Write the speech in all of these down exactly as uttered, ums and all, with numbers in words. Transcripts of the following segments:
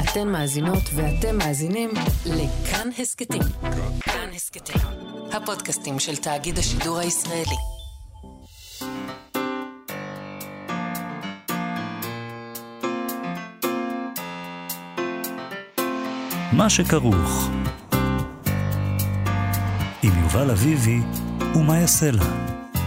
אתן מאזינות ואתם מאזינים לכאן הסקטים. כאן הסקטים, הפודקאסטים של תאגיד השידור הישראלי. מה שכרוך עם יובל אביבי ומה יעשה לה.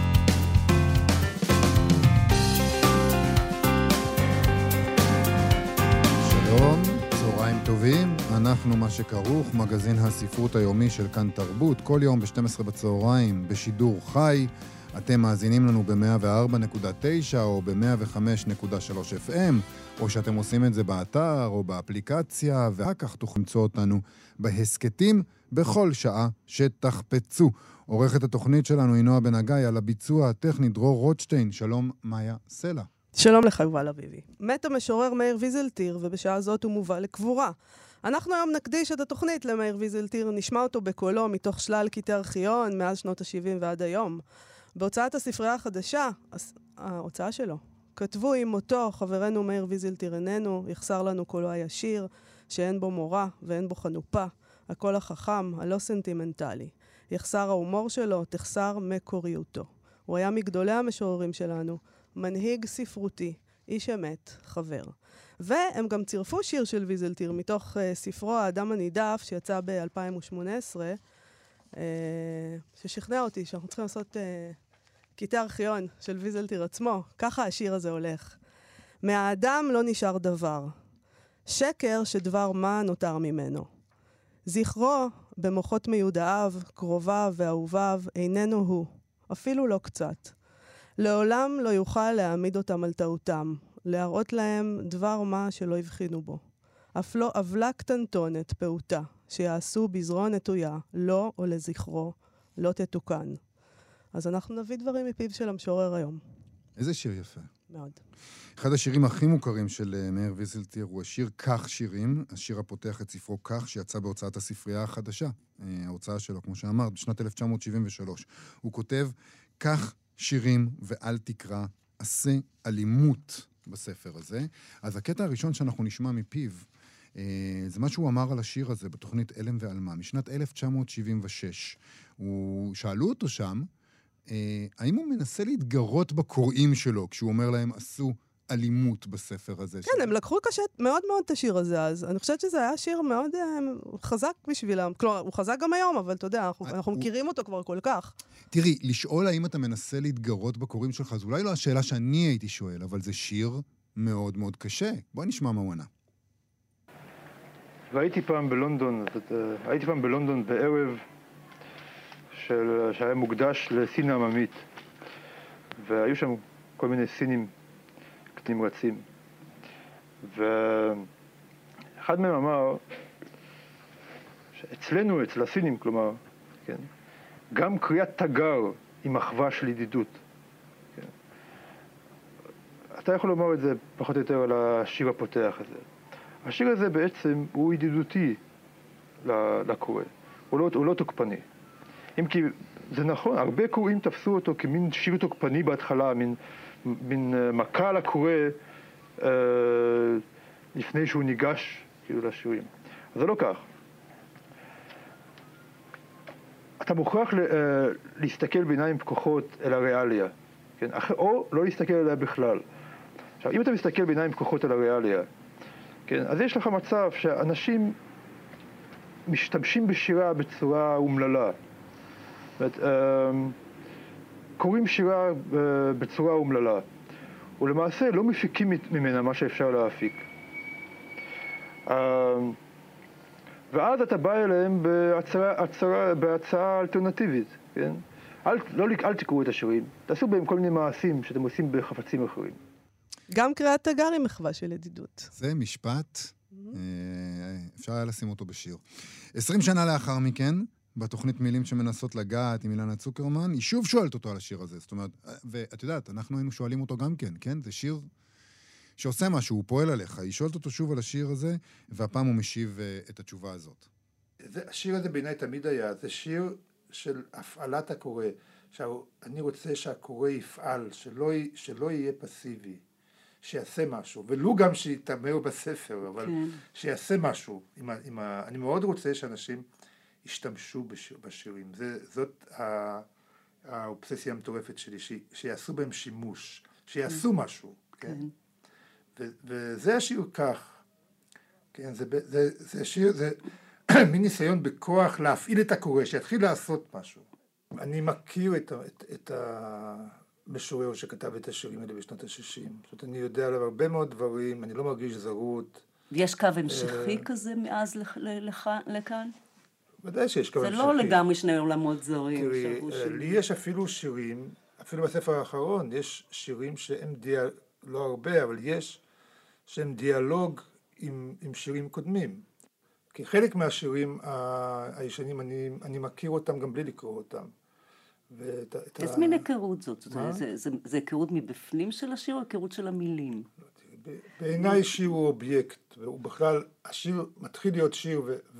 שלום, צהריים טובים, אנחנו מה שכרוך, מגזין הספרות היומי של כאן תרבות, כל יום ב-שתים עשרה בצהריים בשידור חי. אתם מאזינים לנו ב-מאה וארבע נקודה תשע או ב-מאה וחמש נקודה שלוש אף אם, או שאתם עושים את זה באתר או באפליקציה, ואחר כך תוכלו למצוא אותנו בהסקטים בכל שעה שתחפצו. עורכת התוכנית שלנו היא נועה בן הגיא, על הביצוע הטכני דרור רוטשטיין. שלום מאיה סלע. שלום לך יובל אביבי. מת המשורר מאיר ויזלטיר, ובשעה זאת הוא מובא לקבורה. אנחנו היום נקדיש את התוכנית למאיר ויזלטיר, נשמע אותו בקולו מתוך שלל קטעי ארכיון מאז שנות ה-שבעים ועד היום. בהוצאת הספרייה החדשה, ההוצאה שלו, כתבו עם מותו, חברנו מאיר ויזלטיר איננו, יחסר לנו קולו הישיר, שאין בו מורה ואין בו חנופה, הקול החכם, הלא סנטימנטלי. יחסר ההומור שלו, תחסר מקוריותו. הוא היה מגדולי המשוררים שלנו, מנהיג ספרותי, איש אמת, חבר. והם גם צירפו שיר של ויזלטיר מתוך uh, ספרו האדם הנידף, שיצא ב-אלפיים ושמונה עשרה, uh, ששכנע אותי שאנחנו צריכים לעשות uh, קטעי ארכיון של ויזלטיר עצמו. ככה השיר הזה הולך. מהאדם לא נשאר דבר. שקר שדבר מה נותר ממנו. זכרו במוחות מיודעיו, קרוביו ואהוביו איננו הוא, אפילו לא קצת. לעולם לא יוכל להעמיד אותם על טעותם, להראות להם דבר מה שלא הבחינו בו. אף לא עוולה קטנטונת פעוטה, שיעשו בזרוע נטויה, לא או לזכרו, לא תתוקן. אז אנחנו נביא דברים מפיו של המשורר היום. איזה שיר יפה. מאוד. אחד השירים הכי מוכרים של מאיר ויזלטיר הוא השיר כך שירים, השיר הפותח את ספרו כך, שיצא בהוצאת הספרייה החדשה, ההוצאה שלו, כמו שאמרת, בשנת אלף תשע מאות שבעים ושלוש. הוא כותב, כך שירים ואל תקרא, עשה אלימות בספר הזה. אז הקטע הראשון שאנחנו נשמע מפיו, זה מה שהוא אמר על השיר הזה בתוכנית אלם ועלמה, משנת אלף תשע מאות שבעים ושש. הוא, שאלו אותו שם, האם הוא מנסה להתגרות בקוראים שלו, כשהוא אומר להם, עשו אלימות בספר הזה? כן, הם לקחו קשה מאוד מאוד את השיר הזה, אז אני חושבת שזה היה שיר מאוד חזק בשבילם. כלומר, הוא חזק גם היום, אבל אתה יודע, אנחנו מכירים אותו כבר כל כך. תראי, לשאול האם אתה מנסה להתגרות בקוראים שלך, זו אולי לא השאלה שאני הייתי שואל, אבל זה שיר מאוד מאוד קשה. בואי נשמע מה הוא ענה. והייתי פעם בלונדון, הייתי פעם בלונדון בערב של, שהיה מוקדש לסין העממית, והיו שם כל מיני סינים נמרצים, ואחד מהם אמר שאצלנו, אצל הסינים, כלומר, כן, גם קריאת תגר היא מחווה של ידידות. כן. אתה יכול לומר את זה פחות או יותר על השיר הפותח הזה. השיר הזה בעצם הוא ידידותי לקורא, הוא לא, הוא לא תוקפני. אם כי זה נכון, הרבה קוראים תפסו אותו כמין שיר תוקפני בהתחלה, מין, מין מכה לקורא אה, לפני שהוא ניגש כאילו לשירים. אז זה לא כך. אתה מוכרח ל, אה, להסתכל בעיניים פקוחות אל הריאליה, כן? או לא להסתכל עליה בכלל. עכשיו, אם אתה מסתכל בעיניים פקוחות אל הריאליה, כן? אז יש לך מצב שאנשים משתמשים בשירה בצורה אומללה. זאת אומרת, קוראים שירה בצורה אומללה, ולמעשה לא מפיקים ממנה מה שאפשר להפיק. ואז אתה בא אליהם בהצעה, הצעה, בהצעה אלטרנטיבית, כן? אל, לא, אל תקראו את השירים, תעשו בהם כל מיני מעשים שאתם עושים בחפצים אחרים. גם קריאת תגר היא מחווה של ידידות. זה משפט, אפשר היה לשים אותו בשיר. עשרים שנה לאחר מכן, בתוכנית מילים שמנסות לגעת עם אילנה צוקרמן, היא שוב שואלת אותו על השיר הזה. זאת אומרת, ואת יודעת, אנחנו היינו שואלים אותו גם כן, כן? זה שיר שעושה משהו, הוא פועל עליך. היא שואלת אותו שוב על השיר הזה, והפעם הוא משיב את התשובה הזאת. השיר הזה בעיניי תמיד היה, זה שיר של הפעלת הקורא. עכשיו, אני רוצה שהקורא יפעל, שלא, שלא יהיה פסיבי, שיעשה משהו, ולו גם שיתאמר בספר, אבל כן. שיעשה משהו. עם ה, עם ה, אני מאוד רוצה שאנשים ישתמשו בשיר, בשירים. זה, זאת ה, האובססיה המטורפת שלי, ש, שיעשו בהם שימוש, שיעשו כן. משהו. כן? כן. ו, וזה השיר כך. כן, זה, זה, זה שיר, זה מין ניסיון בכוח להפעיל את הקורא, שיתחיל לעשות משהו. אני מכיר את, את, את המשורר שכתב את השירים האלה בשנות ה-שישים. זאת אומרת, אני יודע עליו הרבה מאוד דברים, אני לא מרגיש זרות. יש קו המשכי כזה מאז לכאן? ודאי שיש קו המשכי. זה לא לגמרי שני עולמות זרים. תראי, לי יש אפילו שירים, אפילו בספר האחרון, יש שירים שהם דיאלוג, לא הרבה, אבל יש, שהם דיאלוג עם, עם שירים קודמים. כי חלק מהשירים הישנים, אני, אני מכיר אותם גם בלי לקרוא אותם. איזה מין היכרות זאת? זה, זה, זה, זה היכרות מבפנים של השיר או היכרות של המילים? בעיניי שיר הוא אובייקט, והוא בכלל, השיר מתחיל להיות שיר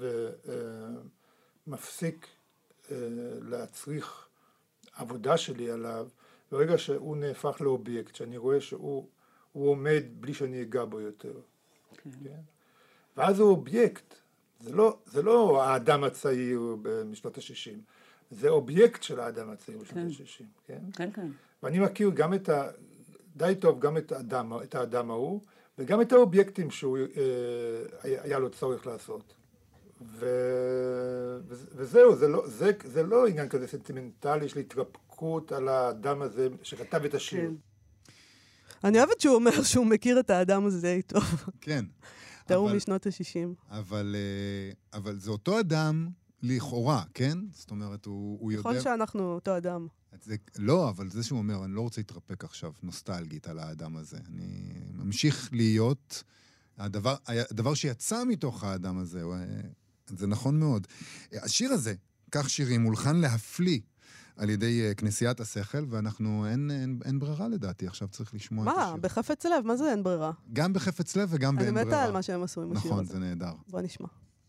ומפסיק להצריך עבודה שלי עליו, ברגע שהוא נהפך לאובייקט, שאני רואה שהוא עומד בלי שאני אגע בו יותר. כן. ואז הוא אובייקט, זה לא, זה לא האדם הצעיר משנות ה-שישים, זה אובייקט של האדם הצעיר בשנות ה-שישים, כן? כן, כן. ואני מכיר גם את ה... די טוב גם את האדם, את האדם ההוא, וגם את האובייקטים שהוא אה, היה לו צורך לעשות. ו... וזהו, זה לא, זה, זה לא עניין כזה סנטימנטלי של התרפקות על האדם הזה שכתב את השיר. כן. אני אוהבת שהוא אומר שהוא מכיר את האדם הזה די טוב. כן. תראו משנות ה-שישים. אבל, אבל זה אותו אדם לכאורה, כן? זאת אומרת, הוא, הוא יודע... יכול שאנחנו אותו אדם. זה, לא, אבל זה שהוא אומר, אני לא רוצה להתרפק עכשיו נוסטלגית על האדם הזה. אני ממשיך להיות... הדבר, הדבר שיצא מתוך האדם הזה, זה נכון מאוד. השיר הזה, כך שירים, מולחן להפליא על ידי כנסיית השכל, ואנחנו, אין, אין, אין ברירה לדעתי, עכשיו צריך לשמוע מה? את השיר. מה? בחפץ לב? מה זה אין ברירה? גם בחפץ לב וגם באין ברירה. אני מתה על מה שהם עשו עם השיר נכון, הזה. זה נהדר. בוא נשמע.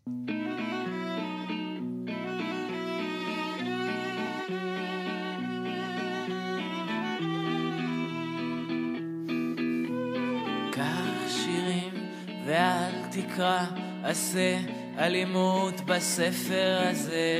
קח שירים ואל תקרא, עשה אלימות בספר הזה.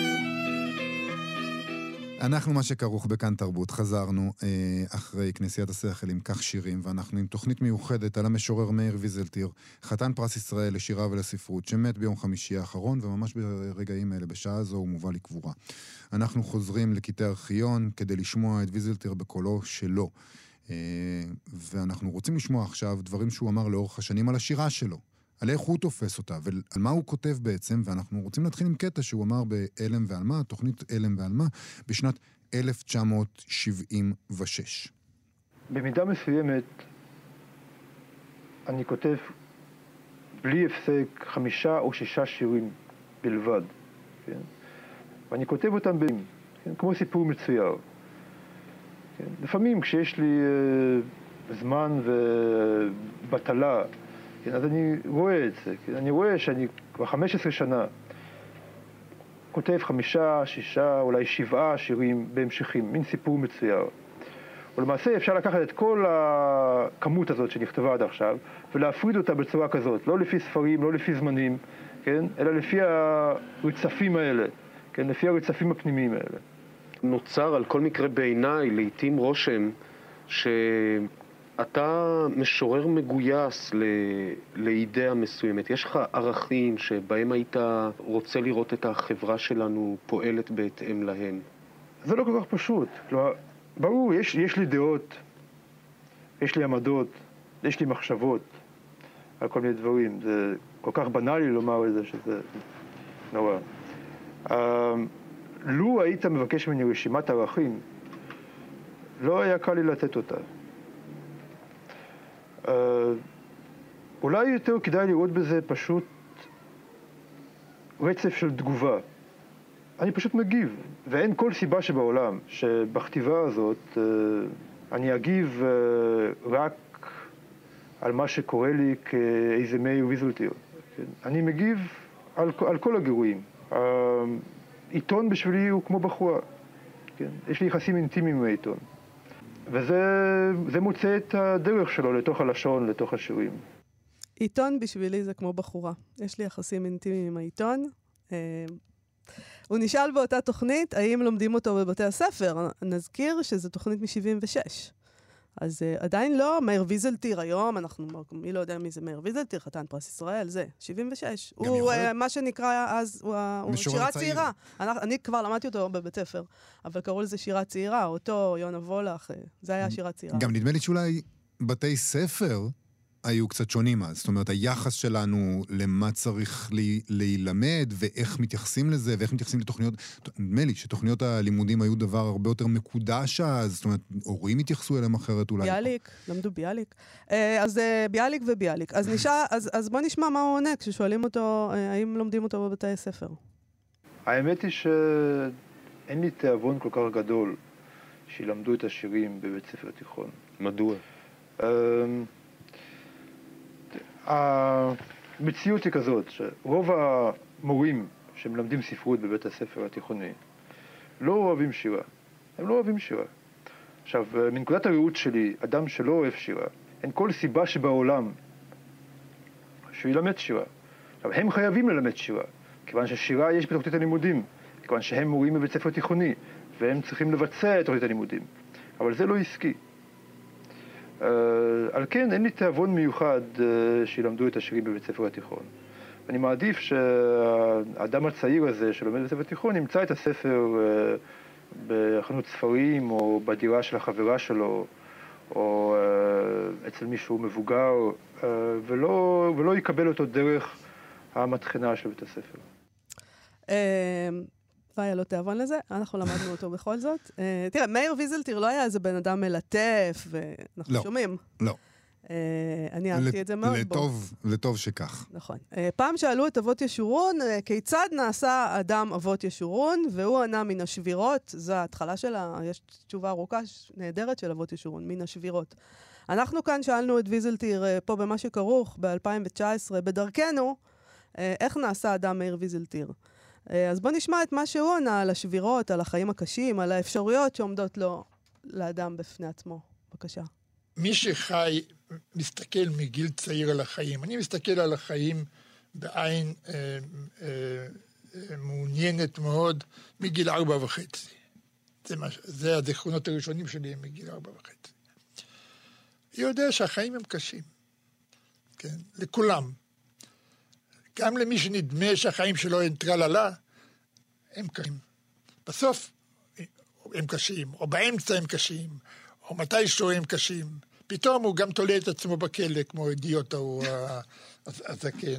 אנחנו מה שכרוך בכאן תרבות, חזרנו אה, אחרי כנסיית השכל עם כך שירים, ואנחנו עם תוכנית מיוחדת על המשורר מאיר ויזלטיר, חתן פרס ישראל לשירה ולספרות, שמת ביום חמישי האחרון, וממש ברגעים האלה, בשעה הזו, הוא מובא לקבורה. אנחנו חוזרים לקטעי ארכיון כדי לשמוע את ויזלטיר בקולו שלו, אה, ואנחנו רוצים לשמוע עכשיו דברים שהוא אמר לאורך השנים על השירה שלו, על איך הוא תופס אותה, ועל מה הוא כותב בעצם, ואנחנו רוצים להתחיל עם קטע שהוא אמר באלם ועלמה, תוכנית אלם ועלמה, בשנת אלף תשע מאות שבעים ושש. במידה מסוימת, אני כותב בלי הפסק חמישה או שישה שירים בלבד, כן? ואני כותב אותם ב... כן? כמו סיפור מצויר. כן? לפעמים כשיש לי uh, זמן ובטלה, כן, אז אני רואה את זה, כן, אני רואה שאני כבר חמש עשרה שנה כותב חמישה, שישה, אולי שבעה שירים בהמשכים, מין סיפור מצויר. ולמעשה אפשר לקחת את כל הכמות הזאת שנכתבה עד עכשיו ולהפריד אותה בצורה כזאת, לא לפי ספרים, לא לפי זמנים, כן, אלא לפי הרצפים האלה, כן, לפי הרצפים הפנימיים האלה. נוצר על כל מקרה בעיניי לעתים רושם ש... אתה משורר מגויס לאידאה מסוימת. יש לך ערכים שבהם היית רוצה לראות את החברה שלנו פועלת בהתאם להן? זה לא כל כך פשוט. כלומר, ברור, יש, יש לי דעות, יש לי עמדות, יש לי מחשבות על כל מיני דברים. זה כל כך בנאלי לומר את זה שזה נורא. לו היית מבקש ממני רשימת ערכים, לא היה קל לי לתת אותה. Uh, אולי יותר כדאי לראות בזה פשוט רצף של תגובה. אני פשוט מגיב, ואין כל סיבה שבעולם שבכתיבה הזאת uh, אני אגיב uh, רק על מה שקורה לי כאיזה מאיר ויזלטיר. כן? אני מגיב על, על כל הגירויים. העיתון בשבילי הוא כמו בחורה. כן? יש לי יחסים אינטימיים עם העיתון. וזה מוצא את הדרך שלו לתוך הלשון, לתוך השירים. עיתון בשבילי זה כמו בחורה. יש לי יחסים אינטימיים עם העיתון. הוא נשאל באותה תוכנית, האם לומדים אותו בבתי הספר? נזכיר שזו תוכנית מ-שבעים ושש. אז uh, עדיין לא, מאיר ויזלטיר היום, אנחנו, מי לא יודע מי זה מאיר ויזלטיר, חתן פרס ישראל, זה, שבעים ושש. הוא, uh, מה שנקרא אז, הוא, הוא שירה צעירה. אני, אני כבר למדתי אותו בבית ספר, אבל קראו לזה שירה צעירה, אותו, יונה וולך, זה היה שירה צעירה. גם נדמה לי שאולי בתי ספר היו קצת שונים אז, זאת אומרת, היחס שלנו למה צריך להילמד, ואיך מתייחסים לזה, ואיך מתייחסים לתוכניות, נדמה לי שתוכניות הלימודים היו דבר הרבה יותר מקודש אז, זאת אומרת, הורים התייחסו אליהם אחרת אולי. ביאליק, למדו ביאליק. אז ביאליק וביאליק. אז, נשאר, אז, אז בוא נשמע מה הוא עונה, כששואלים אותו, האם לומדים אותו בבתי הספר. האמת היא שאין לי תיאבון כל כך גדול, שילמדו את השירים בבית ספר תיכון. מדוע? המציאות היא כזאת, שרוב המורים שמלמדים ספרות בבית הספר התיכוני לא אוהבים שירה. הם לא אוהבים שירה. עכשיו, מנקודת הראות שלי, אדם שלא אוהב שירה, אין כל סיבה שבעולם שהוא ילמד שירה. עכשיו, הם חייבים ללמד שירה, כיוון ששירה יש בתוכנית הלימודים, כיוון שהם מורים בבית ספר תיכוני, והם צריכים לבצע את תוכנית הלימודים. אבל זה לא עסקי. Uh, על כן, אין לי תיאבון מיוחד uh, שילמדו את השירים בבית ספר התיכון. אני מעדיף שהאדם הצעיר הזה שלומד בבית ספר התיכון ימצא את הספר uh, בחנות ספרים או בדירה של החברה שלו או uh, אצל מישהו מבוגר uh, ולא, ולא יקבל אותו דרך המתחינה של בית הספר. והיה לו תיאבון לזה, אנחנו למדנו אותו בכל זאת. תראה, מאיר ויזלטיר לא היה איזה בן אדם מלטף, ואנחנו שומעים. לא. אני אהבתי את זה מאוד בו. לטוב שכך. נכון. פעם שאלו את אבות ישורון, כיצד נעשה אדם אבות ישורון, והוא ענה מן השבירות, זו ההתחלה שלה, יש תשובה ארוכה נהדרת של אבות ישורון, מן השבירות. אנחנו כאן שאלנו את ויזלטיר פה במה שכרוך, ב-אלפיים תשע עשרה, בדרכנו, איך נעשה אדם מאיר ויזלטיר. אז בוא נשמע את מה שהוא ענה על השבירות, על החיים הקשים, על האפשרויות שעומדות לו לאדם בפני עצמו. בבקשה. מי שחי, מסתכל מגיל צעיר על החיים. אני מסתכל על החיים בעין אה, אה, אה, מעוניינת מאוד מגיל ארבע וחצי. זה, מה, זה הזיכרונות הראשונים שלי מגיל ארבע וחצי. אני יודע שהחיים הם קשים. כן? לכולם. גם למי שנדמה שהחיים שלו אין טרללה, הם קשים. בסוף הם קשים, או באמצע הם קשים, או מתישהו הם קשים. פתאום הוא גם תולה את עצמו בכלא, כמו אידיוט הוא הזקן.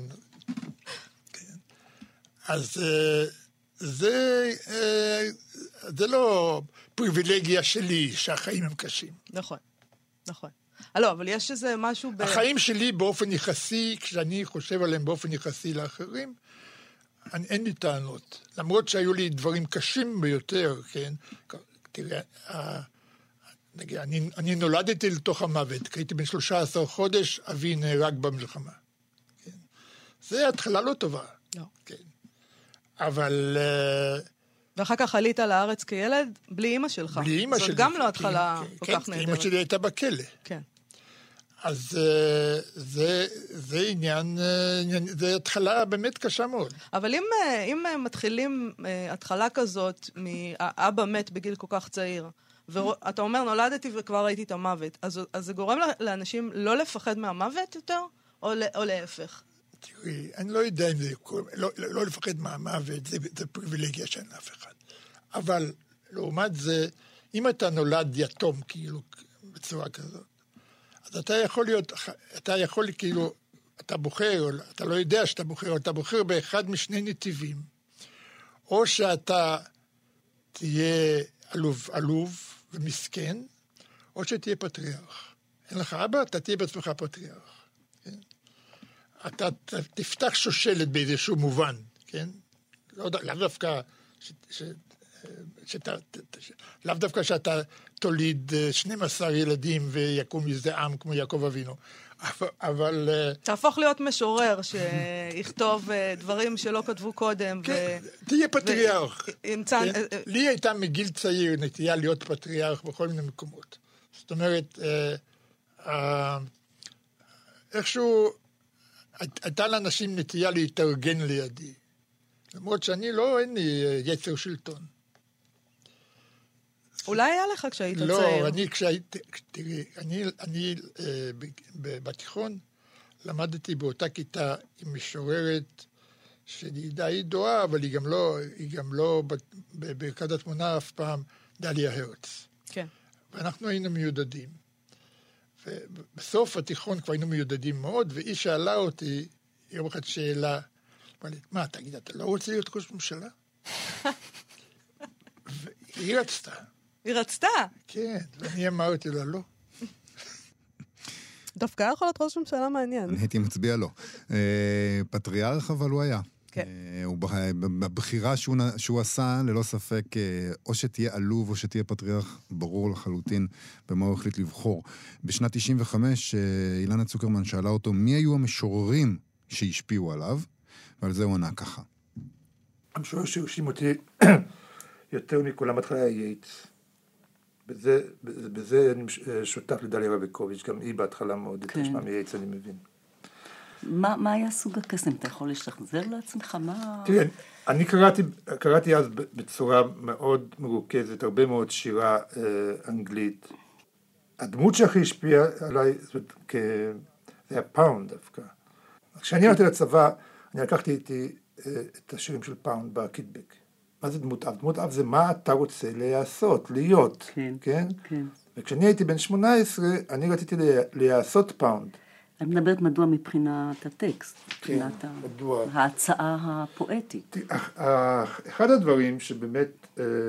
אז זה, זה לא פריבילגיה שלי שהחיים הם קשים. נכון, נכון. לא, אבל יש איזה משהו ב... החיים שלי באופן יחסי, כשאני חושב עליהם באופן יחסי לאחרים, אני, אין לי טענות. למרות שהיו לי דברים קשים ביותר, כן? תראה, נגיד, אני, אני נולדתי לתוך המוות, כי הייתי בן שלושה עשר חודש, אבי נהרג במלחמה. כן? זה התחלה לא טובה. לא. כן. אבל... ואחר כך עלית לארץ כילד, בלי אמא שלך. בלי אמא שלי. זאת גם לא התחלה כל כן, כך נהדרת. כן, אמא שלי הייתה בכלא. כן. אז זה, זה עניין, זה התחלה באמת קשה מאוד. אבל אם, אם מתחילים התחלה כזאת, האבא מת בגיל כל כך צעיר, ואתה אומר, נולדתי וכבר ראיתי את המוות, אז, אז זה גורם לאנשים לא לפחד מהמוות יותר, או, או להפך? תראי, אני לא יודע אם זה לא, לא, לא לפחד מהמוות, זה, זה פריבילגיה שאין אף אחד. אבל לעומת זה, אם אתה נולד יתום, כאילו, בצורה כזאת, אז אתה יכול להיות, אתה יכול כאילו, אתה בוחר, אתה לא יודע שאתה בוחר, אתה בוחר באחד משני נתיבים, או שאתה תהיה עלוב, עלוב ומסכן, או שתהיה פטריארך. אין לך אבא, אתה תהיה בעצמך פטריארך. כן? אתה תפתח שושלת באיזשהו מובן, כן? לא, לאו דווקא, ש, ש, שאתה, לאו דווקא שאתה תוליד שנים עשר ילדים ויקום מזה עם כמו יעקב אבינו, אבל... אבל תהפוך להיות משורר שיכתוב דברים שלא כתבו קודם. כן, ו... תהיה פטריארך. ו... כן? לי הייתה מגיל צעיר נטייה להיות פטריארך בכל מיני מקומות. זאת אומרת, אה, אה, איכשהו הייתה לאנשים נטייה להתארגן לידי. למרות שאני לא, אין לי יצר שלטון. אולי היה לך כשהיית לא, צעיר. לא, אני כשהייתי, תראי, אני, אני אה, בתיכון למדתי באותה כיתה עם משוררת שהיא די ידועה, אבל היא גם לא, היא גם לא בברכת התמונה אף פעם, דליה הרץ. כן. ואנחנו היינו מיודדים. ובסוף התיכון כבר היינו מיודדים מאוד, והיא שאלה אותי, יום אחד שאלה, מה, תגיד, אתה לא רוצה להיות ראש ממשלה? והיא רצתה. היא רצתה? כן, ואני אמרתי לה, לא. דווקא יכול להיות ראש ממשלה מעניין. אני הייתי מצביע לו. פטריארך, אבל הוא היה. כן. בבחירה שהוא עשה, ללא ספק, או שתהיה עלוב או שתהיה פטריארך, ברור לחלוטין במה הוא החליט לבחור. בשנת תשעים וחמש, אילנה צוקרמן שאלה אותו, מי היו המשוררים שהשפיעו עליו? ועל זה הוא ענה ככה. המשורר שהרשים אותי יותר מכולם התחלה היה יייץ. בזה, בזה אני שותף לדליה רביקוביץ', גם היא בהתחלה מאוד התרשמה מייץ, אני מבין. מה, מה היה סוג הקסם? אתה יכול לשחזר לעצמך? מה... תראה, אני קראתי, קראתי אז בצורה מאוד מרוכזת, הרבה מאוד שירה אה, אנגלית. הדמות שהכי השפיעה עליי, זאת, כ... זה היה פאונד דווקא. כשאני הלכתי לצבא, אני לקחתי איתי אה, את השירים של פאונד בקיטבק. מה זה דמות אב? דמות אב זה מה אתה רוצה לעשות, להיות, כן? כן? כן. וכשאני הייתי בן שמונה עשרה, אני רציתי לעשות פאונד. אני מדברת מדוע מבחינת הטקסט, מבחינת כן, ה... מדוע. ההצעה הפואטית. אחד הדברים שבאמת,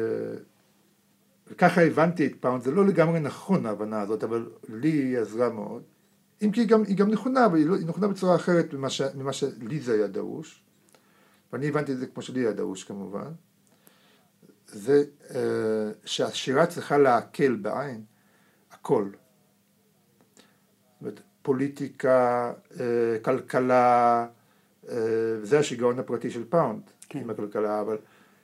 וככה הבנתי את פאונד, זה לא לגמרי נכון ההבנה הזאת, אבל לי היא עזרה מאוד. אם כי היא גם, היא גם נכונה, אבל היא, לא, היא נכונה בצורה אחרת ממה, ש, ממה שלי זה היה דרוש. ואני הבנתי את זה כמו שלי היה דרוש כמובן. זה שהשירה צריכה להקל בעין הכל. זאת אומרת, פוליטיקה, כלכלה, זה השיגעון הפרטי של פאונד, כן. עם הכלכלה, אבל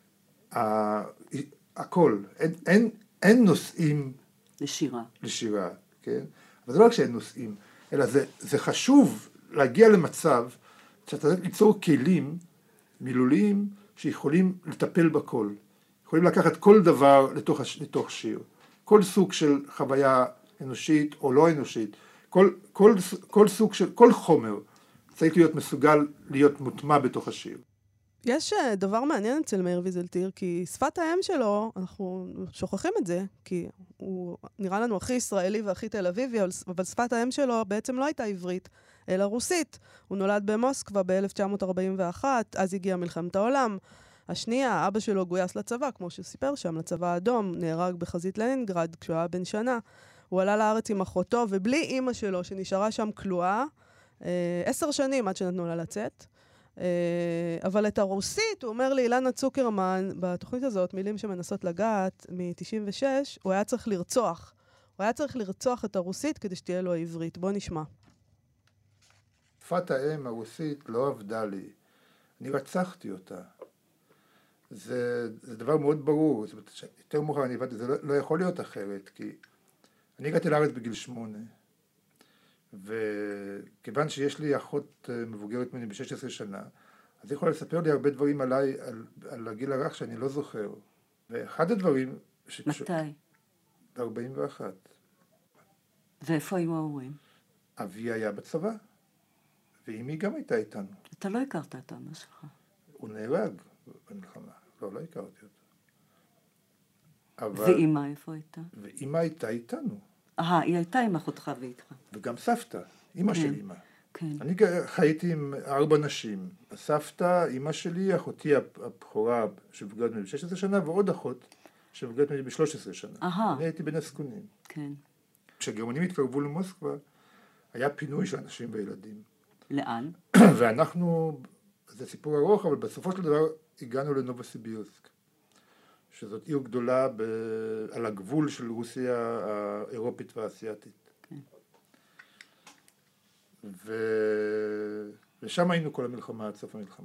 הכל, אין, אין, אין נושאים לשירה. לשירה, כן? אבל זה לא רק שאין נושאים, אלא זה, זה חשוב להגיע למצב שאתה צריך ליצור כלים מילוליים שיכולים לטפל בכל. יכולים לקחת כל דבר לתוך, לתוך שיר. כל סוג של חוויה אנושית או לא אנושית. כל, כל, כל סוג של, כל חומר צריך להיות מסוגל להיות מוטמע בתוך השיר. יש דבר מעניין אצל מאיר ויזלטיר, כי שפת האם שלו, אנחנו שוכחים את זה, כי הוא נראה לנו הכי ישראלי והכי תל אביבי, אבל שפת האם שלו בעצם לא הייתה עברית, אלא רוסית. הוא נולד במוסקבה ב-אלף תשע מאות ארבעים ואחת, אז הגיעה מלחמת העולם. השנייה, אבא שלו גויס לצבא, כמו שסיפר שם, לצבא האדום, נהרג בחזית לנינגרד כשהוא היה בן שנה. הוא עלה לארץ עם אחותו, ובלי אימא שלו, שנשארה שם כלואה, אה, עשר שנים עד שנתנו לה לצאת. אה, אבל את הרוסית, הוא אומר לי, אילנה צוקרמן, בתוכנית הזאת, מילים שמנסות לגעת, מ-תשעים ושש, הוא היה צריך לרצוח. הוא היה צריך לרצוח את הרוסית כדי שתהיה לו העברית. בוא נשמע. שפת האם הרוסית לא עבדה לי. אני רצחתי אותה. זה, זה דבר מאוד ברור. זאת אומרת, יותר מאוחר אני הבנתי, זה לא, לא יכול להיות אחרת, כי אני הגעתי לארץ בגיל שמונה, וכיוון שיש לי אחות מבוגרת ממני ב-שש עשרה שנה, אז היא יכולה לספר לי הרבה דברים עליי, על, על הגיל הרך שאני לא זוכר. ואחד הדברים... מתי? ב-ארבעים ואחת. ואיפה היו ההורים? אבי היה בצבא, ואמי גם הייתה איתנו. אתה לא הכרת את האמא שלך. הוא נהרג במלחמה. לא, לא הכרתי אותו. אבל... ואמא איפה הייתה? ואמא הייתה איתנו. אה, היא הייתה עם אחותך ואיתך. וגם סבתא, אמא כן, של אמא. כן. אני חייתי עם ארבע נשים. הסבתא, אמא שלי, אחותי הבכורה שמבוגרת ממני ב-שש עשרה שנה, ועוד אחות שמבוגרת ממני ב-שלוש עשרה שנה. אהה. אני הייתי בן הזקונים. כן. כשהגרמנים התקרבו למוסקבה, היה פינוי של אנשים וילדים. לאן? ואנחנו, זה סיפור ארוך, אבל בסופו של דבר הגענו לנובוסיבירסק, שזאת עיר גדולה ב... על הגבול של רוסיה האירופית והאסייתית. כן. ו... ושם היינו כל המלחמה, עד סוף המלחמה.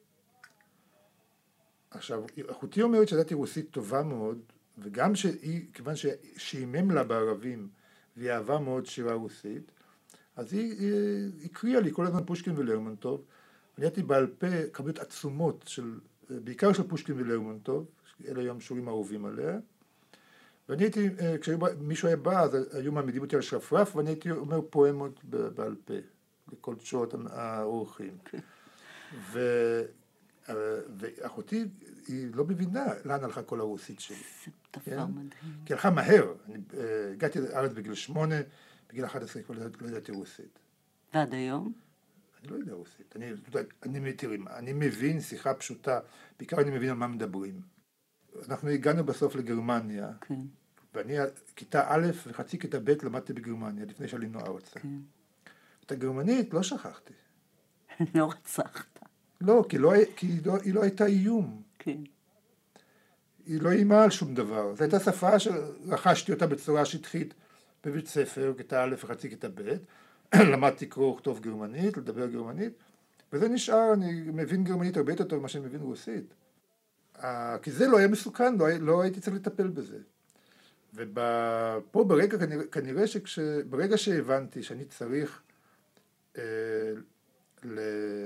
עכשיו, אחותי אומרת שידעתי רוסית טובה מאוד, וגם שהיא, כיוון ששימם לה בערבים, והיא אהבה מאוד שירה רוסית, אז היא, היא, היא הקריאה לי כל הזמן פושקין ולרמונטוב, אני הייתי בעל פה כמות עצומות של, בעיקר של פושקין ולרמונטוב, אלה היו המשוררים האהובים עליה, ואני הייתי, כשמישהו היה בא, אז היו מעמידים אותי על שרפרף, ואני הייתי אומר פואמות בעל פה, לכל שעות האורחים. ו... ואחותי, היא לא מבינה לאן הלכה כל הרוסית שלי. זה דבר מדהים. כי הלכה מהר. אני הגעתי לארץ בגיל שמונה, בגיל אחת עשרה כבר לא ידעתי רוסית. ועד היום? אני לא יודע רוסית. אני, אני, תראי, אני מבין שיחה פשוטה, בעיקר אני מבין על מה מדברים. אנחנו הגענו בסוף לגרמניה, כן. ואני כיתה א' וחצי כיתה ב' למדתי בגרמניה, לפני שעלינו ארצה. כן. את הגרמנית לא שכחתי. לא רצחת. לא, כי, לא, כי היא, לא, היא לא הייתה איום. כן. היא לא אימה על שום דבר. זו הייתה שפה שרכשתי אותה בצורה שטחית בבית ספר, כיתה א' וחצי כיתה ב', למדתי קרוא וכתוב גרמנית, לדבר גרמנית, וזה נשאר, אני מבין גרמנית הרבה יותר טוב ממה שאני מבין רוסית. כי זה לא היה מסוכן, לא, לא הייתי צריך לטפל בזה. ופה ברגע, כנראה, כנראה שברגע שהבנתי שאני צריך אה, ל...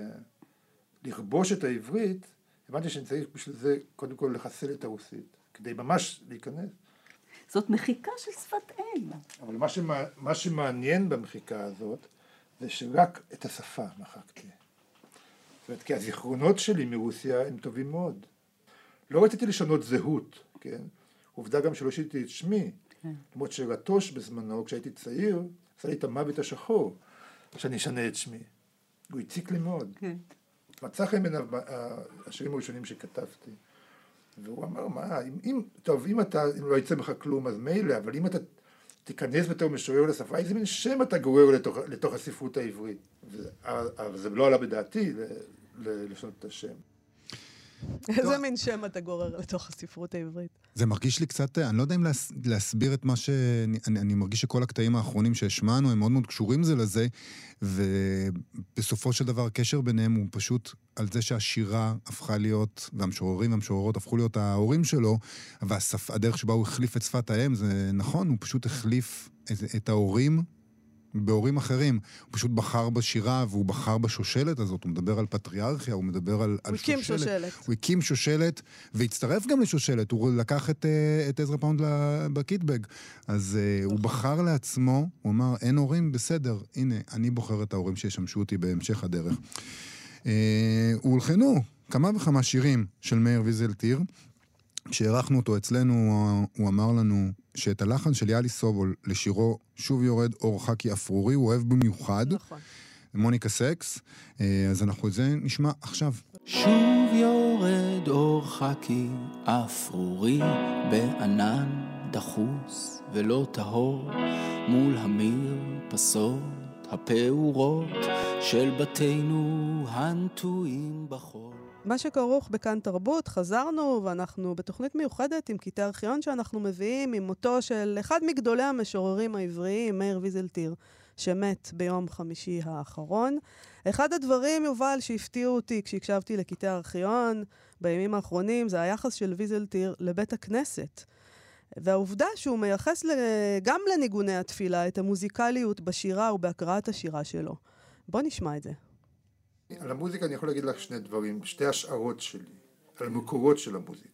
לכבוש את העברית, הבנתי שאני צריך בשביל זה קודם כל לחסל את הרוסית, כדי ממש להיכנס. זאת מחיקה של שפת אם. אבל מה, שמה, מה שמעניין במחיקה הזאת, זה שרק את השפה מחקתי. זאת אומרת, כי הזיכרונות שלי מרוסיה הם טובים מאוד. לא רציתי לשנות זהות, כן? עובדה גם שלא שיניתי את שמי. כן. למרות שרטוש בזמנו, כשהייתי צעיר, עשה לי את המוות השחור, שאני אשנה את שמי. הוא הציק לי מאוד. כן. מצא חן בין השירים הראשונים שכתבתי. והוא אמר, מה, אם, אם, טוב, אם אתה, אם לא יצא לך כלום, אז מילא, אבל אם אתה תיכנס בתור משורר לשפה, איזה מין שם אתה גורר לתוך, לתוך הספרות העברית. אבל זה לא עלה בדעתי לשנות את השם. איזה מין שם אתה גורר לתוך הספרות העברית? זה מרגיש לי קצת, אני לא יודע אם להסביר את מה ש... אני, אני מרגיש שכל הקטעים האחרונים שהשמענו הם מאוד מאוד קשורים זה לזה, ובסופו של דבר הקשר ביניהם הוא פשוט על זה שהשירה הפכה להיות, והמשוררים והמשוררות הפכו להיות ההורים שלו, והדרך שבה הוא החליף את שפת האם, זה נכון, הוא פשוט החליף את, את ההורים, בהורים אחרים. הוא פשוט בחר בשירה, והוא בחר בשושלת הזאת. הוא מדבר על פטריארכיה, הוא מדבר על, על שושלת. שושלת. הוא הקים שושלת, והצטרף גם לשושלת. הוא לקח את, את עזרא פאונד בקיטבג. אז uh, הוא בחר לעצמו, הוא אמר, אין הורים, בסדר, הנה, אני בוחר את ההורים שישמשו אותי בהמשך הדרך. Uh, הולחנו כמה וכמה שירים של מאיר ויזלטיר, כשערכנו אותו אצלנו, הוא אמר לנו שאת הלחן של יאלי סובול לשירו שוב יורד אור חכי אפרורי, הוא אוהב במיוחד. נכון. מוניקה סקס, אז אנחנו את זה נשמע עכשיו. שוב יורד אור חכי אפרורי בענן דחוס ולא טהור מול המרפסות הפעורות של בתינו הנטועים בחול. מה שכרוך בכאן תרבות, חזרנו ואנחנו בתוכנית מיוחדת עם קטעי ארכיון שאנחנו מביאים עם מותו של אחד מגדולי המשוררים העבריים, מאיר ויזלטיר, שמת ביום חמישי האחרון. אחד הדברים, יובל, שהפתיעו אותי כשהקשבתי לקטעי ארכיון בימים האחרונים, זה היחס של ויזלטיר לבית הכנסת. והעובדה שהוא מייחס גם לניגוני התפילה את המוזיקליות בשירה ובהקראת השירה שלו. בוא נשמע את זה. על המוזיקה אני יכול להגיד לך שני דברים, שתי השערות שלי, על המקורות של המוזיקה.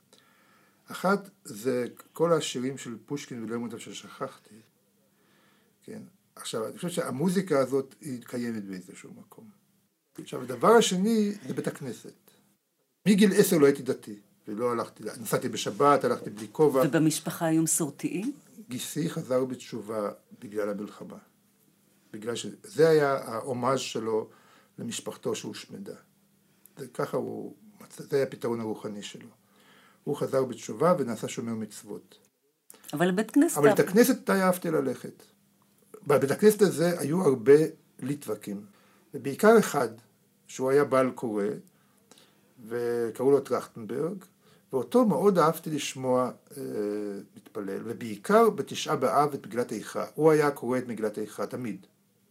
אחת זה כל השירים של פושקין ולרמונטוב ששכחתי. כן. עכשיו, אני חושב שהמוזיקה הזאת היא קיימת באיזשהו מקום. עכשיו, הדבר השני זה בית הכנסת. מגיל עשר לא הייתי דתי, ולא הלכתי, נסעתי בשבת, הלכתי בלי כובע. ובמשפחה היו מסורתיים? גיסי חזר בתשובה בגלל המלחמה. בגלל שזה היה ההומאז' שלו למשפחתו שהושמדה. זה ככה הוא, זה היה הפתרון הרוחני שלו. הוא חזר בתשובה ונעשה שומר מצוות. אבל לבית כנסת... אבל לבית הכנסת די אהבתי ללכת. בבית הכנסת הזה היו הרבה ליטווקים, ובעיקר אחד, שהוא היה בעל קורא, וקראו לו טרכטנברג, ואותו מאוד אהבתי לשמוע אה, מתפלל, ובעיקר בתשעה באב את מגילת איכה. הוא היה קורא את מגילת איכה תמיד.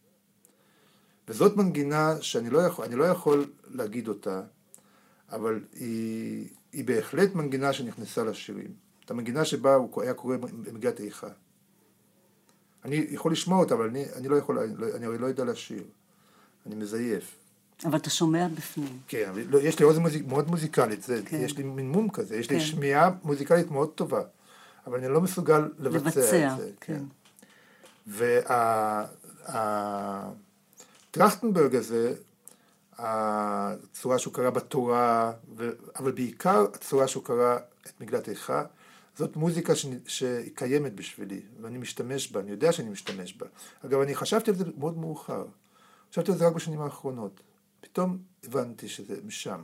וזאת מנגינה שאני לא יכול, אני לא יכול להגיד אותה, אבל היא, היא בהחלט מנגינה שנכנסה לשירים. את המנגינה שבה הוא היה קורא במגילת איכה. אני יכול לשמוע אותה, אבל אני, אני לא יכול, אני הרי לא יודע לשיר. אני מזייף. אבל אתה שומע בפנים. כן, לא, יש לי אוזן מוזיק, מאוד מוזיקלית, זה, כן. יש לי מין מום כזה, יש כן. לי שמיעה מוזיקלית מאוד טובה, אבל אני לא מסוגל לבצע, לבצע את זה. כן. כן. והטרכטנברג הזה, הצורה שהוא קרא בתורה, ו... אבל בעיקר הצורה שהוא קרא את מגילת איכה, זאת מוזיקה ש... שהיא קיימת בשבילי, ואני משתמש בה, אני יודע שאני משתמש בה. אגב, אני חשבתי על זה מאוד מאוחר, חשבתי על זה רק בשנים האחרונות. פתאום הבנתי שזה משם,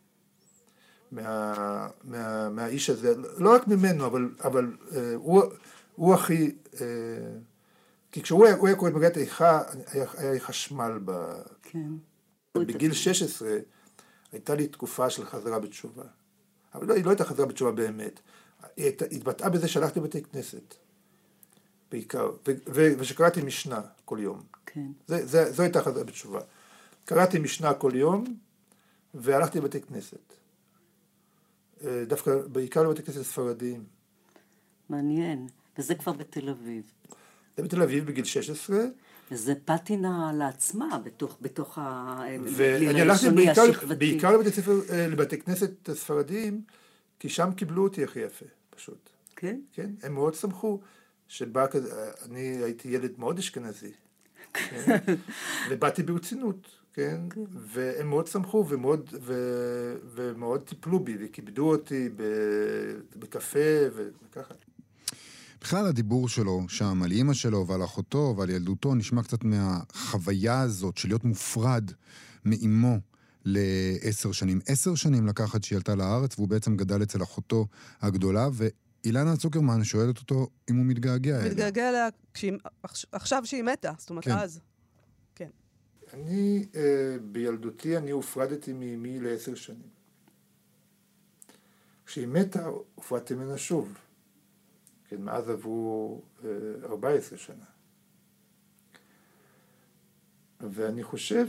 מה, מה, מהאיש הזה, לא רק ממנו, אבל, אבל אה, הוא, הוא הכי, אה, כי כשהוא היה, היה קורא את מגילת איכה, היה, היה חשמל ב... כן. בגיל שש עשרה הייתה לי תקופה של חזרה בתשובה, אבל לא, היא לא הייתה חזרה בתשובה באמת, היא התבטאה בזה שהלכתי לבתי כנסת, בעיקר, ו, ו, ושקראתי משנה כל יום. כן. זה, זה, זו הייתה חזרה בתשובה. קראתי משנה כל יום, והלכתי לבתי כנסת. דווקא, בעיקר לבתי כנסת ספרדיים. מעניין. וזה כבר בתל אביב. זה בתל אביב בגיל שש עשרה. וזה פטינה לעצמה, בתוך, בתוך ואני הלכתי בעיקר, בעיקר לבתי, ספר, לבתי כנסת ספרדיים, כי שם קיבלו אותי הכי יפה, פשוט. כן? כן, הם מאוד שמחו, שבא כזה, אני הייתי ילד מאוד אשכנזי. כן? ובאתי ברצינות. כן, והם מאוד שמחו ומאוד, ו, ומאוד טיפלו בי וכיבדו אותי בקפה וככה. בכלל הדיבור שלו שם על אמא שלו ועל אחותו ועל ילדותו נשמע קצת מהחוויה הזאת של להיות מופרד מאמו לעשר שנים. עשר שנים לקחת שהיא עלתה לארץ והוא בעצם גדל אצל אחותו הגדולה, ואילנה צוקרמן שואלת אותו אם הוא מתגעגע אליה. מתגעגע אליה עכשיו שהיא מתה, זאת אומרת כן. אז. אני, בילדותי, אני הופרדתי מאמי לעשר שנים. כשהיא מתה, הופרדתי ממנה שוב. כן, מאז עברו ארבע עשרה שנה. ואני חושב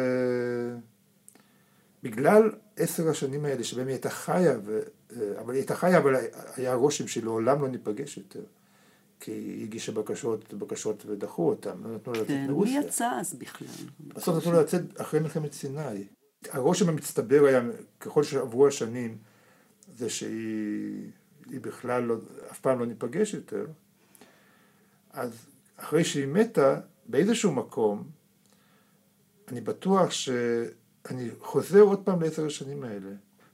שבגלל עשר השנים האלה, שבהם היא הייתה חיה, ו... אבל היא הייתה חיה, אבל היה רושם שלעולם לא ניפגש יותר. כי היא הגישה בקשות, בקשות ודחו אותם, לא נתנו לה לצאת מרוסיה. מי יצא אז בכלל? בסוף נתנו לה לצאת אחרי מלחמת סיני. הרושם המצטבר היה, ככל שעברו השנים, זה שהיא בכלל לא, אף פעם לא ניפגש יותר. אז אחרי שהיא מתה, באיזשהו מקום, אני בטוח שאני חוזר עוד פעם לעשר השנים האלה.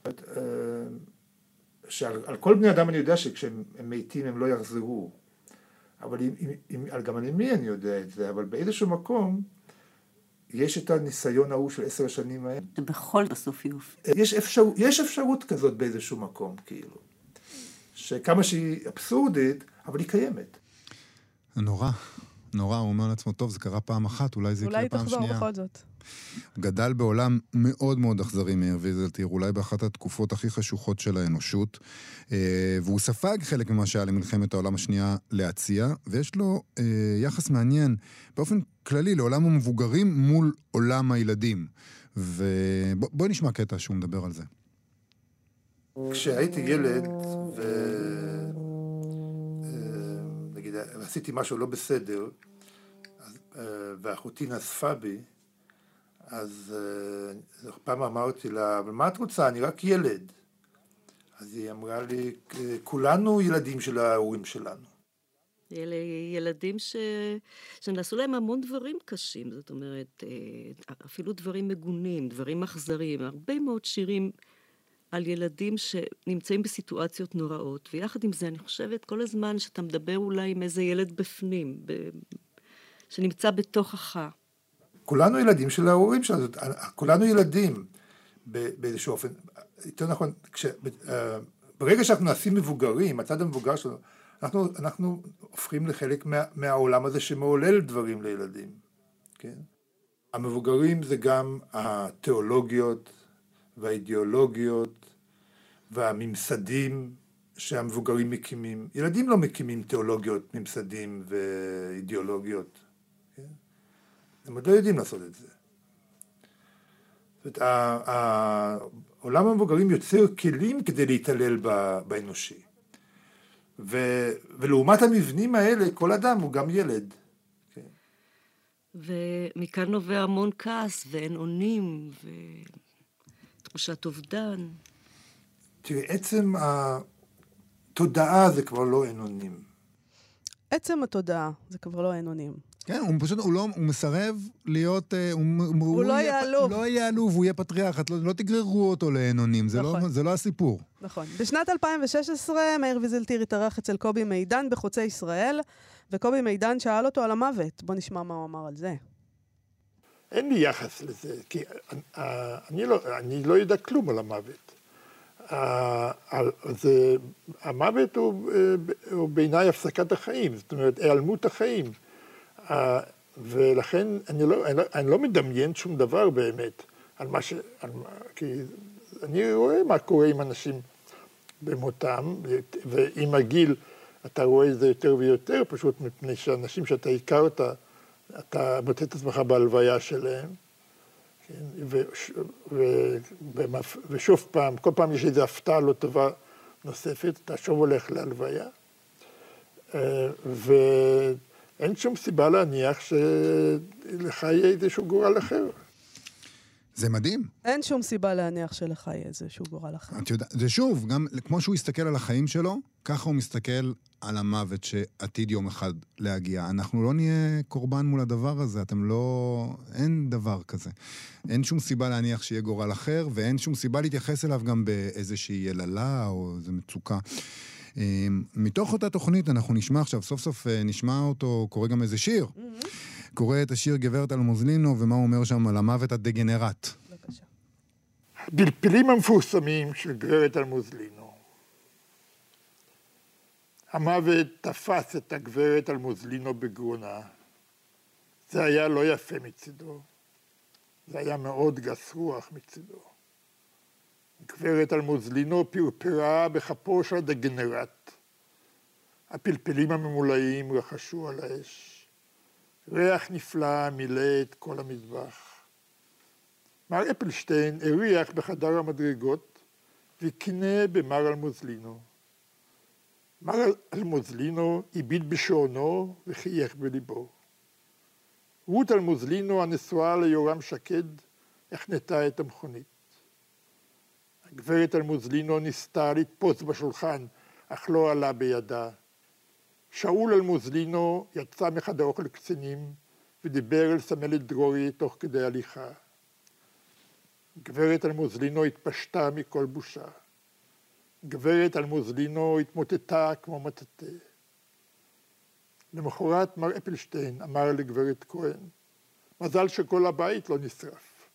שעל על כל בני אדם אני יודע שכשהם מתים הם לא יחזרו. אבל עם, עם, עם, גם על מי אני יודע את זה, אבל באיזשהו מקום יש את הניסיון ההוא של עשר השנים האלה. זה בכל בסוף יופי. יש, אפשר, יש אפשרות כזאת באיזשהו מקום, כאילו. שכמה שהיא אבסורדית, אבל היא קיימת. נורא, נורא, הוא אומר לעצמו, טוב, זה קרה פעם אחת, אולי זה יקרה פעם שנייה. אולי תחזור בכל זאת. הוא גדל בעולם מאוד מאוד אכזרי, מאיר ויזלטיר, אולי באחת התקופות הכי חשוכות של האנושות, והוא ספג חלק ממה שהיה למלחמת העולם השנייה להציע, ויש לו יחס מעניין באופן כללי לעולם המבוגרים מול עולם הילדים. ובוא נשמע קטע שהוא מדבר על זה. כשהייתי ילד, ו... נגיד, עשיתי משהו לא בסדר, ואחותי נזפה בי, אז פעם אמרתי לה, אבל מה את רוצה? אני רק ילד. אז היא אמרה לי, כולנו ילדים של ההורים שלנו. אלה ילדים ש... שנעשו להם המון דברים קשים, זאת אומרת, אפילו דברים מגונים, דברים אכזריים, הרבה מאוד שירים על ילדים שנמצאים בסיטואציות נוראות, ויחד עם זה אני חושבת כל הזמן שאתה מדבר אולי עם איזה ילד בפנים, ב... שנמצא בתוכך. כולנו ילדים של ההורים שלנו, כולנו ילדים באיזשהו אופן. יותר נכון, כש... ברגע שאנחנו נעשים מבוגרים, הצד המבוגר שלנו, אנחנו, אנחנו הופכים לחלק מה, מהעולם הזה שמעולל דברים לילדים. כן? המבוגרים זה גם התיאולוגיות והאידיאולוגיות והממסדים שהמבוגרים מקימים. ילדים לא מקימים תיאולוגיות, ממסדים ואידיאולוגיות. כן? הם עוד לא יודעים לעשות את זה. זאת אומרת, העולם המבוגרים יוצר כלים כדי להתעלל באנושי. ו, ולעומת המבנים האלה, כל אדם הוא גם ילד. ומכאן נובע המון כעס, ואין עונים, ותחושת אובדן. תראי, עצם התודעה זה כבר לא אין עונים. עצם התודעה זה כבר לא אין עונים. כן, הוא פשוט, הוא לא, הוא מסרב להיות, הוא, הוא, הוא לא יהיה עלוב. לא יהיה עלוב, הוא יהיה פטריארך, לא, לא תגררו אותו לעין עונים, זה, נכון. לא, זה לא הסיפור. נכון. בשנת אלפיים ושש עשרה, מאיר ויזלטיר התארח אצל קובי מידן בחוצי ישראל, וקובי מידן שאל אותו על המוות. בוא נשמע מה הוא אמר על זה. אין לי יחס לזה, כי אני לא, אני לא יודע כלום על המוות. זה, המוות הוא, הוא בעיניי הפסקת החיים, זאת אומרת, העלמות החיים. ולכן אני לא, אני לא, אני לא מדמיין שום דבר באמת על מה ש... על, כי אני רואה מה קורה עם אנשים במותם, ועם הגיל אתה רואה את זה יותר ויותר, פשוט מפני שאנשים שאתה הכרת, אתה מוצא את עצמך בהלוויה שלהם, כן? ו, ו, במפ, ושוב פעם, כל פעם יש איזו הפתעה לא טובה נוספת, אתה שוב הולך להלוויה, ואין שום סיבה להניח שלך יהיה איזשהו גורל אחר. זה מדהים. אין שום סיבה להניח שלך יהיה איזשהו גורל אחר. את יודעת, זה שוב, גם כמו שהוא הסתכל על החיים שלו, ככה הוא מסתכל על המוות שעתיד יום אחד להגיע. אנחנו לא נהיה קורבן מול הדבר הזה, אתם לא... אין דבר כזה. אין שום סיבה להניח שיהיה גורל אחר, ואין שום סיבה להתייחס אליו גם באיזושהי יללה או איזו מצוקה. מתוך אותה תוכנית אנחנו נשמע עכשיו, סוף סוף נשמע אותו, קורא גם איזה שיר. Mm-hmm. קורא את השיר גברת אלמוזלינו, ומה הוא אומר שם על המוות הדגנרט. בבקשה. הפלפלים המפורסמים של גברת אלמוזלינו. המוות תפס את הגברת אלמוזלינו בגרונה. זה היה לא יפה מצידו. זה היה מאוד גס רוח מצידו. גברת אלמוזלינו פרפרה בכפו של הדגנרט. הפלפלים הממולאים רחשו על האש. ריח נפלא מילא את כל המטבח. מר אפלשטיין הריח בחדר המדרגות וקינא במר אלמוזלינו. מר אלמוזלינו הביט בשעונו וחייך בליבו. רות אלמוזלינו הנשואה ליורם שקד החנתה את המכונית. הגברת אלמוזלינו ניסתה לתפוס בשולחן, אך לא עלה בידה. שאול אלמוזלינו יצא מחדר אוכל קצינים ודיבר אל סמלת דרורי תוך כדי הליכה. גברת אלמוזלינו התפשטה מכל בושה. גברת אלמוזלינו התמוטטה כמו מטאטא. למחרת מר אפלשטיין אמר לגברת כהן, מזל שכל הבית לא נשרף.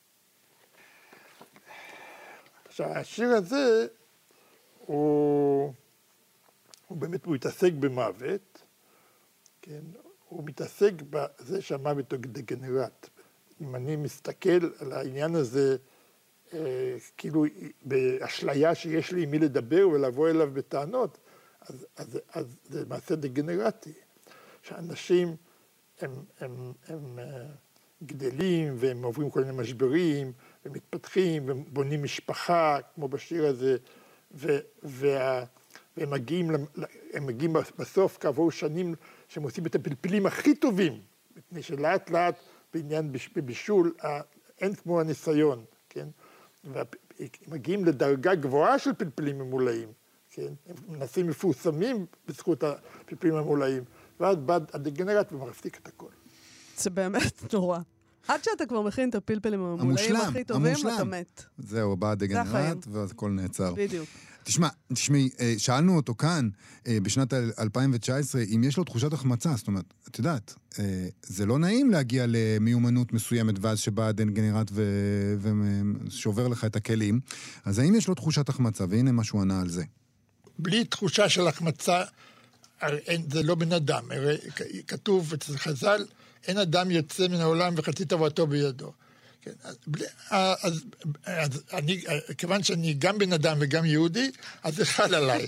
עכשיו, השיר הזה הוא... הוא באמת, הוא מתעסק במוות, כן? הוא מתעסק בזה שהמוות הוא דגנרט. אם אני מסתכל על העניין הזה, אה, כאילו באשליה שיש לי עם מי לדבר ולבוא אליו בטענות, אז, אז, אז זה מעשה דגנרטי. שאנשים הם, הם, הם, הם גדלים והם עוברים כל מיני משברים, ומתפתחים ובונים משפחה, כמו בשיר הזה, ו, וה... והם מגיעים, הם מגיעים בסוף כעבור שנים שהם עושים את הפלפלים הכי טובים, מפני שלאט לאט בעניין בבישול אין כמו הניסיון, כן? והם מגיעים לדרגה גבוהה של פלפלים ממולאים, כן? הם מנסים מפורסמים בזכות הפלפלים הממולאים, ואז בא הדגנרט ומפסיק את הכל. זה באמת נורא. עד שאתה כבר מכין את הפלפלים הממולאים הכי טובים, אתה מת. זהו, בא הדגנרט והכל נעצר. בדיוק. תשמע, תשמעי, שאלנו אותו כאן, בשנת אלפיים תשע עשרה, אם יש לו תחושת החמצה, זאת אומרת, את יודעת, זה לא נעים להגיע למיומנות מסוימת, ואז שבא הדגנרט ושובר לך את הכלים, אז האם יש לו תחושת החמצה, והנה מה שהוא ענה על זה. בלי תחושה של החמצה, זה לא בן אדם. כתוב אצל חז"ל, אין אדם יוצא מן העולם וחצי תאוותו בידו. כן, אז, אז, אז אני, כיוון שאני גם בן אדם וגם יהודי, אז זה חל עליי.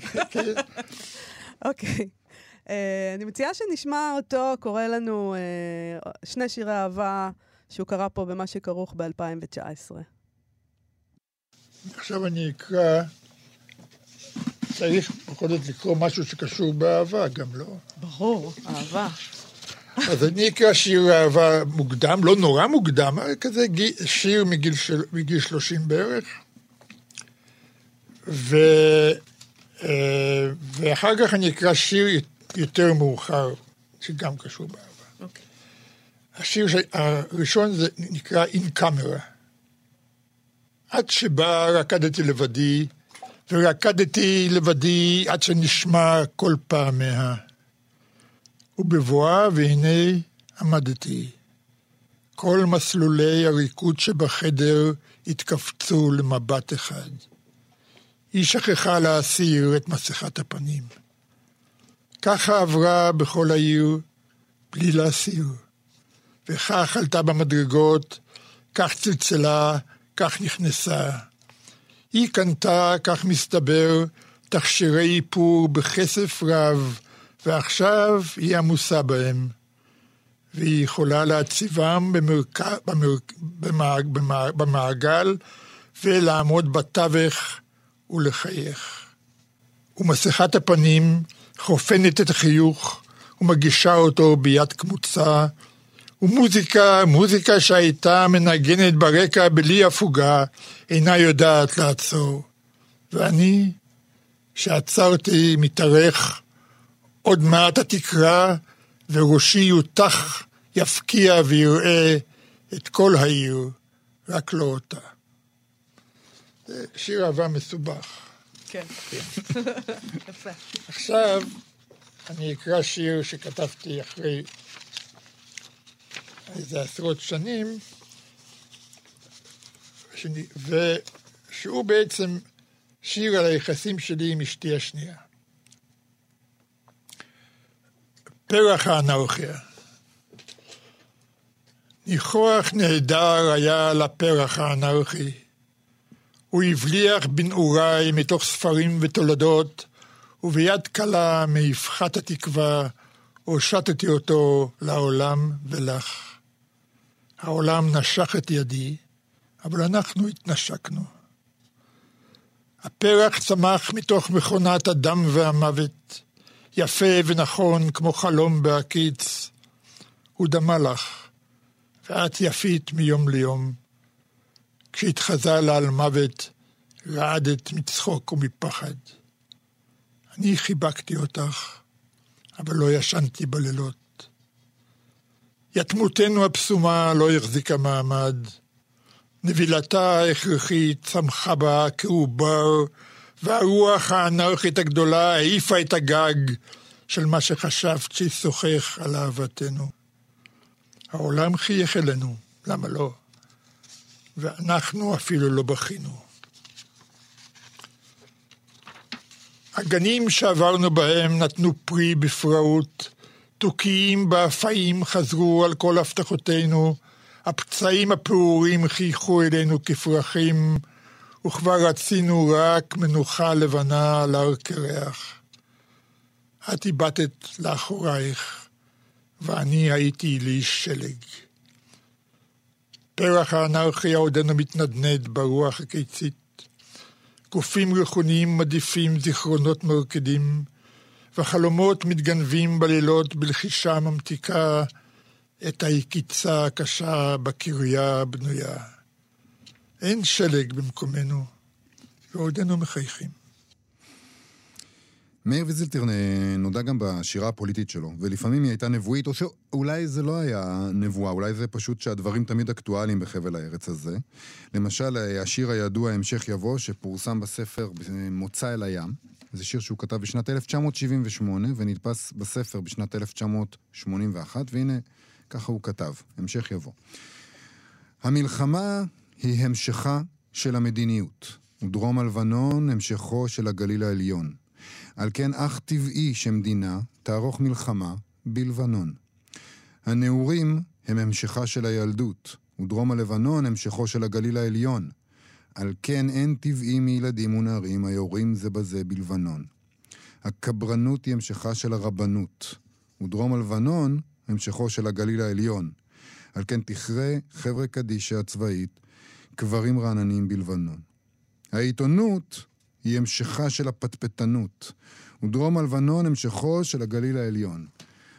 אוקיי. אני מציעה שנשמע אותו, קורא לנו uh, שני שירי אהבה שהוא קרא פה במה שכרוך ב-אלפיים תשע עשרה. עכשיו אני אקרא, צריך בכל זאת לקרוא משהו שקשור באהבה, גם לא. ברור, אהבה. אז אני אקרא שיר אהבה מוקדם, לא נורא מוקדם, כזה שיר מגיל, של, מגיל שלושים בערך. ו, ואחר כך אני אקרא שיר יותר מאוחר, שגם קשור באהבה. אוקיי. השיר הראשון זה נקרא In Camera. עד שבה רקדתי לבדי, ורקדתי לבדי עד שנשמע כל פעמיה. ובבואה והנה עמדתי. כל מסלולי הריקוד שבחדר התקפצו למבט אחד. היא שכחה להסיר את מסכת הפנים. ככה עברה בכל העיר בלי להסיר. וכך עלתה במדרגות, כך צלצלה, כך נכנסה. היא קנתה, כך מסתבר, תכשירי איפור בכסף רב, ועכשיו היא עמוסה בהם. והיא יכולה להציבם במרק... במרק... במעג... במעג... במעגל ולעמוד בתווך ולחייך. ומסכת הפנים חופנת את החיוך ומגישה אותו ביד קמוצה, ומוזיקה, מוזיקה שהייתה מנגנת ברקע בלי הפוגה, אינה יודעת לעצור. ואני, שעצרתי, מתארך, עוד מעט התקרה, וראשי יותח, יפקיע ויראה את כל העיר, רק לא אותה. זה שיר אהבה מסובך. כן. יפה. עכשיו, אני אקרא שיר שכתבתי אחרי איזה עשרות שנים, ושהוא בעצם שיר על היחסים שלי עם אשתי השנייה. פרח האנרכיה. ניחוח נהדר היה לפרח האנרכי. הוא הבליח בנעוריי מתוך ספרים ותולדות, וביד קלה מאבחת התקווה, הושטתי אותו לעולם ולך. העולם נשך את ידי, אבל אנחנו התנשקנו. הפרח צמח מתוך מכונת הדם והמוות, יפה ונכון כמו חלום בהקיץ. הוא דמה לך, ואת יפית מיום ליום. כשהתחזה לה על מוות, רעדת מצחוק ומפחד. אני חיבקתי אותך, אבל לא ישנתי בלילות. יתמותנו הפסומה לא החזיקה מעמד. נבילתה ההכרחית צמחה בה כעובר, והרוח האנרכית הגדולה העיפה את הגג של מה שחשבת שישוחח על אהבתנו. העולם חייך אלינו, למה לא? ואנחנו אפילו לא בכינו. הגנים שעברנו בהם נתנו פרי בפראות, תוקיים באפיים חזרו על כל הבטחותינו, הפצעים הפעורים חייכו אלינו כפרחים, וכבר רצינו רק מנוחה לבנה על הר קרח. את איבדת לאחורייך, ואני הייתי לאיש שלג. פרח האנרכיה עודנו מתנדנד ברוח הקיצית, גופים רכוניים מדיפים זיכרונות מרקדים, וחלומות מתגנבים בלילות בלחישה ממתיקה את היקיצה הקשה בקריה הבנויה. אין שלג במקומנו, ועודנו מחייכים. מאיר ויזלטיר נודע גם בשירה הפוליטית שלו, ולפעמים היא הייתה נבואית, או שאולי זה לא היה נבואה, אולי זה פשוט שהדברים תמיד אקטואליים בחבל הארץ הזה. למשל, השיר הידוע המשך יבוא, שפורסם בספר מוצא אל הים, זה שיר שהוא כתב בשנת אלף תשע מאות שבעים ושמונה, ונדפס בספר בשנת אלף תשע מאות שמונים ואחת, והנה ככה הוא כתב, המשך יבוא. המלחמה היא המשכה של המדיניות, ודרום הלבנון המשכו של הגליל העליון. על כן אך טבעי שמדינה תערוך מלחמה בלבנון. הנעורים הם המשכה של הילדות, ודרום הלבנון המשכו של הגליל העליון. על כן אין טבעי מילדים ונערים היורים זה בזה בלבנון. הקברנות היא המשכה של הרבנות, ודרום הלבנון המשכו של הגליל העליון. על כן תכרה חבר'ה קדישה הצבאית, קברים רעננים בלבנון. העיתונות היא המשכה של הפטפטנות, ודרום הלבנון המשכו של הגליל העליון.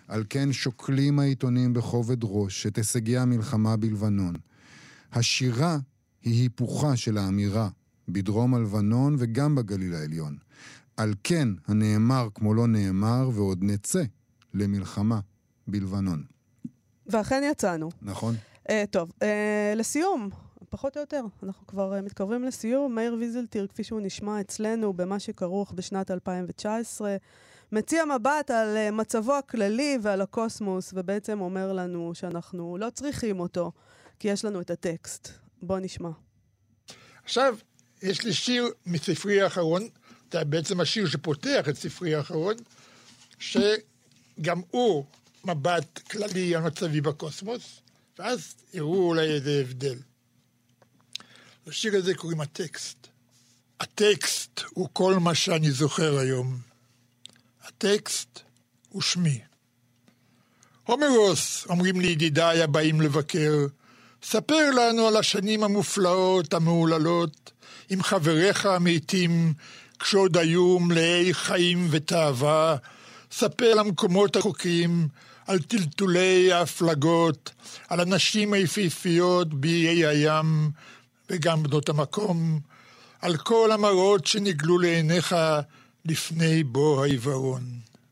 על כן שוקלים העיתונים בכובד ראש את הישגי המלחמה בלבנון. השירה היא היפוכה של האמירה בדרום הלבנון וגם בגליל העליון. על כן הנאמר כמו לא נאמר ועוד נצא למלחמה בלבנון. ואכן יצאנו. נכון. Uh, טוב, uh, לסיום, פחות או יותר, אנחנו כבר uh, מתקרבים לסיום. מאיר ויזלטיר, כפי שהוא נשמע אצלנו במה שכרוך בשנת אלפיים תשע עשרה, מציע מבט על uh, מצבו הכללי ועל הקוסמוס, ובעצם אומר לנו שאנחנו לא צריכים אותו, כי יש לנו את הטקסט. בוא נשמע. עכשיו, יש לי שיר מספרי האחרון, זה בעצם השיר שפותח את ספרי האחרון, שגם הוא מבט כללי המצבי בקוסמוס, ואז הראו אולי איזה הבדל. לשיר הזה קוראים הטקסט. הטקסט הוא כל מה שאני זוכר היום. הטקסט הוא שמי. הומרוס, אומרים לי ידידיי הבאים לבקר, ספר לנו על השנים המופלאות, המעוללות, עם חבריך המתים, כשעוד היו מלאי חיים ותאווה, ספר על המקומות הרחוקים, על טלטולי ההפלגות, על הנשים היפיפיות באיי הים וגם בנות המקום, על כל המראות שנגלו לעיניך לפני בוא העיוורון.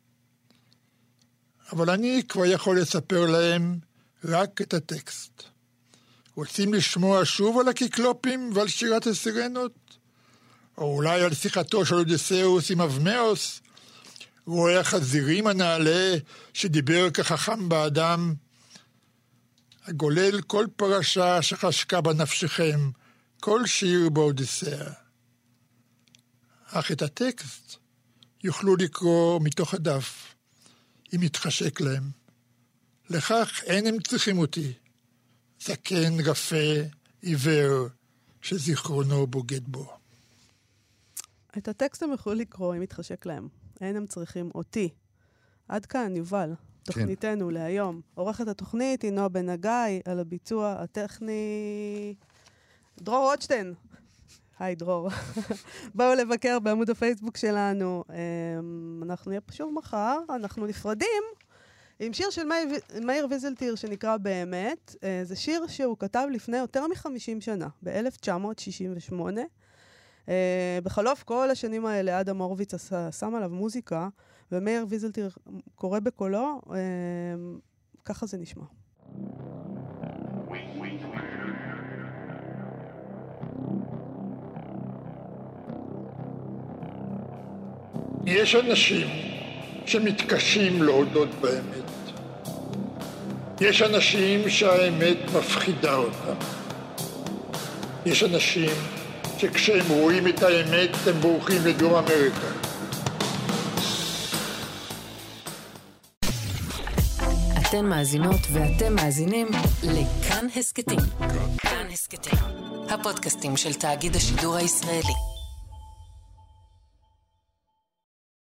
אבל אני כבר יכול לספר להם רק את הטקסט. רוצים לשמוע שוב על הקיקלופים ועל שירת הסירנות? או אולי על שיחתו של אודיסאוס עם אבמאוס? רואה החזירים הנעלה שדיבר כחכם באדם? הגולל כל פרשה שחשקה בנפשכם, כל שיר באודיסאה. אך את הטקסט יוכלו לקרוא מתוך הדף, אם יתחשק להם. לכך אין הם צריכים אותי. זקן, רפה, עיוור, שזיכרונו בוגד בו. את הטקסט הם יכולו לקרוא אם יתחשק להם. אין הם צריכים אותי. עד כאן, יובל, תוכניתנו כן. להיום. עורכת התוכנית היא נועה בן הגיא, על הביצוע הטכני דרור רוטשטיין. היי דרור. באו לבקר בעמוד הפייסבוק שלנו. אנחנו נהיה פשוט מחר, אנחנו נפרדים עם שיר של מאיר ויזלטיר שנקרא באמת. זה שיר שהוא כתב לפני יותר מ-חמישים שנה, ב-אלף תשע מאות שישים ושמונה. בחלוף כל השנים האלה אדם הורוביץ שם עליו מוזיקה, ומאיר ויזלטיר קורא בקולו, ככה זה נשמע. יש אנשים שמתקשים להודות באמת. יש אנשים שהאמת מפחידה אותם. יש אנשים שכשהם רואים את האמת הם בורחים לדרום אמריקה. אתן מאזינות ואתם מאזינים לכאן הסקטים. כאן הסקטים, הפודקאסטים של תאגיד השידור הישראלי.